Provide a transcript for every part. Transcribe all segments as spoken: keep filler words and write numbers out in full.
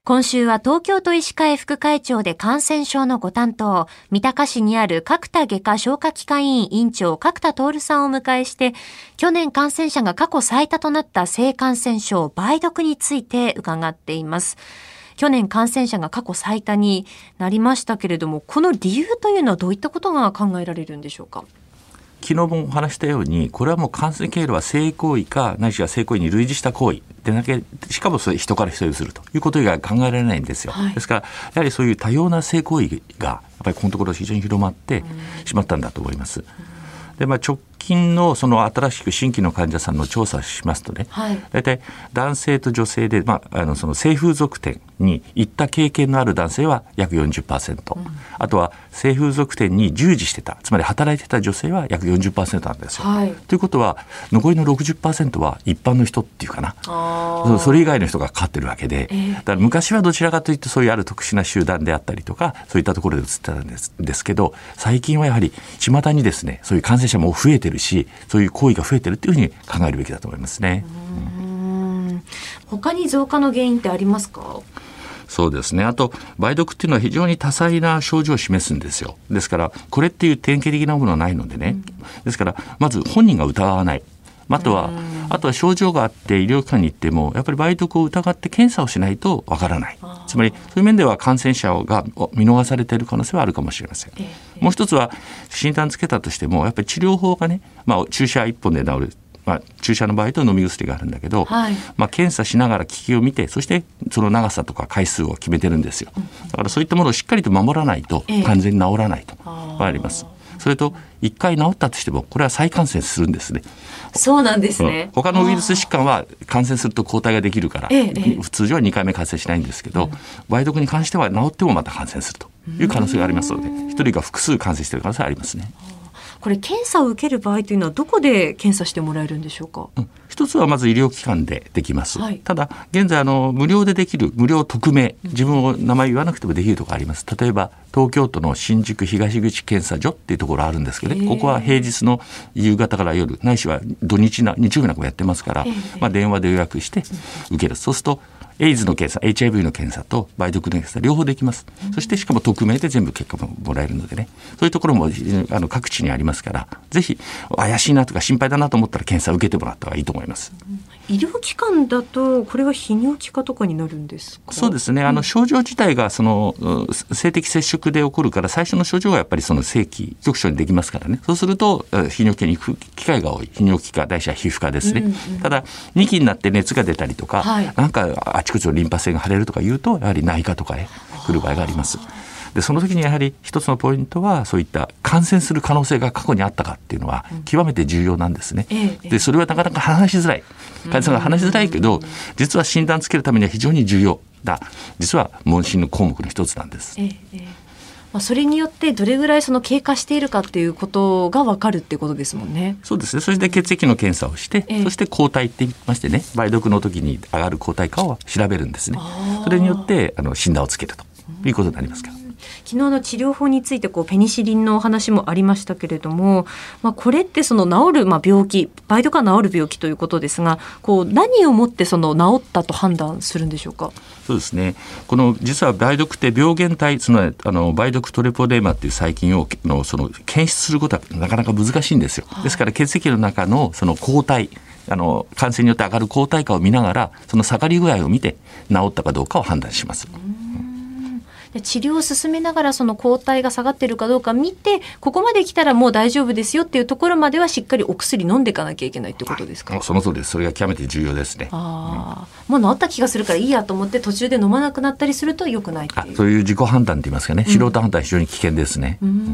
今週は東京都医師会副会長で感染症のご担当、三鷹市にある角田外科消化器科医院院長角田徹さんをお迎えして、去年感染者が過去最多となった性感染症梅毒について伺っています。去年感染者が過去最多になりましたけれども、この理由というのはどういったことが考えられるんでしょうか。 昨日もお話したように、これはもう感染経路は性行為かないしは性行為に類似した行為でなけ、しかもそれ人から人へするということ以外考えられないんですよ、はい、ですからやはりそういう多様な性行為がやっぱりこのところ非常に広まってしまったんだと思います。で、まあ、直近のその新しく新規の患者さんの調査をしますとね、はい、大体男性と女性で、まあ、あのその性風俗店に行った経験のある男性は約 よんじゅっパーセント、うん、あとは性風俗店に従事してた、つまり働いてた女性は約 よんじゅっパーセント なんですよ、はい、ということは残りの ろくじゅっパーセント は一般の人っていうかな、あそれ以外の人がかかってるわけで、えー、だから昔はどちらかといってそういうある特殊な集団であったりとかそういったところで移ってたんです、ですけど、最近はやはり巷にですねそういう感染者も増えてるし、そういう行為が増えてるというふうに考えるべきだと思いますね。 うーん、他に増加の原因ってありますか？ そうですね。あと梅毒っていうのは非常に多彩な症状を示すんですよ。ですからこれっていう典型的なものはないのでね、うん、ですからまず本人が疑わない、あとはあとは症状があって医療機関に行ってもやっぱり梅毒を疑って検査をしないとわからない。つまりそういう面では感染者が見逃されている可能性はあるかもしれません。もう一つは診断つけたとしてもやっぱり治療法がね、まあ、注射いっぽんで治る、まあ、注射の場合と飲み薬があるんだけど、はい、まあ、検査しながら効きを見て、そしてその長さとか回数を決めてるんですよ。だからそういったものをしっかりと守らないと完全に治らないとあります。それといっかい治ったとしてもこれは再感染するんですね。 そうなんですね。 他のウイルス疾患は感染すると抗体ができるから、ええ、普通常はにかいめ感染しないんですけど、うん、梅毒に関しては治ってもまた感染するという可能性がありますので、ひとりが複数感染している可能性がありますね。 これ検査を受ける場合というのはどこで検査してもらえるんでしょうか？うん、 一つはまず医療機関でできます、はい、ただ現在あの無料でできる無料匿名、自分を名前言わなくてもできるところあります。例えば東京都の新宿東口検査所っていうところあるんですけどね、ここは平日の夕方から夜ないしは土日な日曜日なんかもやってますから、まあ、電話で予約して受ける。そうするとエイズの検査、エイチアイブイ の検査と梅毒の検査両方できます。そしてしかも匿名で全部結果ももらえるのでね、そういうところもあの各地にありますから、ぜひ怪しいなとか心配だなと思ったら検査を受けてもらった方がいいと思います。 医療機関だとこれは泌尿器科とかになるんですか？ そうですね。あの症状自体がその性的接触で起こるから、最初の症状がやっぱりその性器局所にできますからね。そうすると泌尿器に行く機会が多い。泌尿器科、ないしは皮膚科ですね、うんうん、ただにきになって熱が出たりとか、はい、なんかあちこちのリンパ腺が腫れるとかいうとやはり内科とかへ来る場合があります。でその時にやはり一つのポイントはそういった感染する可能性が過去にあったかっていうのは極めて重要なんですね、うん、でそれはなかなか話しづらい、患者さんが話しづらいけど、実は診断つけるためには非常に重要だ、実は問診の項目の一つなんです。ええ、 まあ、それによってどれぐらいその経過しているかっていうことが分かるっていうことですもんね。 そうですね。そして血液の検査をして、ええ、そして抗体って言いましてね、梅毒の時に上がる抗体価を調べるんですね。それによってあの診断をつけるということになりますから。 昨日の治療法についてこうペニシリンのお話もありましたけれども、まあ、これってその治る、まあ、病気、梅毒が治る病気ということですが、こう何をもってその治ったと判断するんでしょうか？ そうですね。この実は梅毒って病原体、つまりあの梅毒トレポデーマっていう細菌をのその検出することはなかなか難しいんですよ。ですから血液の中のその抗体、あの感染によって上がる抗体価を見ながら、その下がり具合を見て治ったかどうかを判断します。 治療を進めながらその抗体が下がっているかどうか見て、ここまで来たらもう大丈夫ですよっていうところまではしっかりお薬飲んでいかなきゃいけないってことですか？ はい、その通りです。それが極めて重要ですね。 あ、うん、もう治った気がするからいいやと思って途中で飲まなくなったりすると良くないっていう。 あ、そういう自己判断といいますかね、素人判断は非常に危険ですね。うんうん、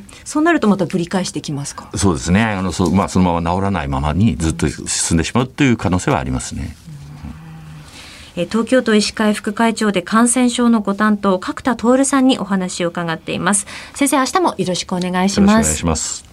そうなるとまたぶり返してきますか？ そうですね。あの そ,、まあ、そのまま治らないままにずっと進んでしまうという可能性はありますね。 東京都医師会副会長で感染症のご担当角田徹さんにお話を伺っています。先生、明日もよろしくお願いします。 よろしくお願いします。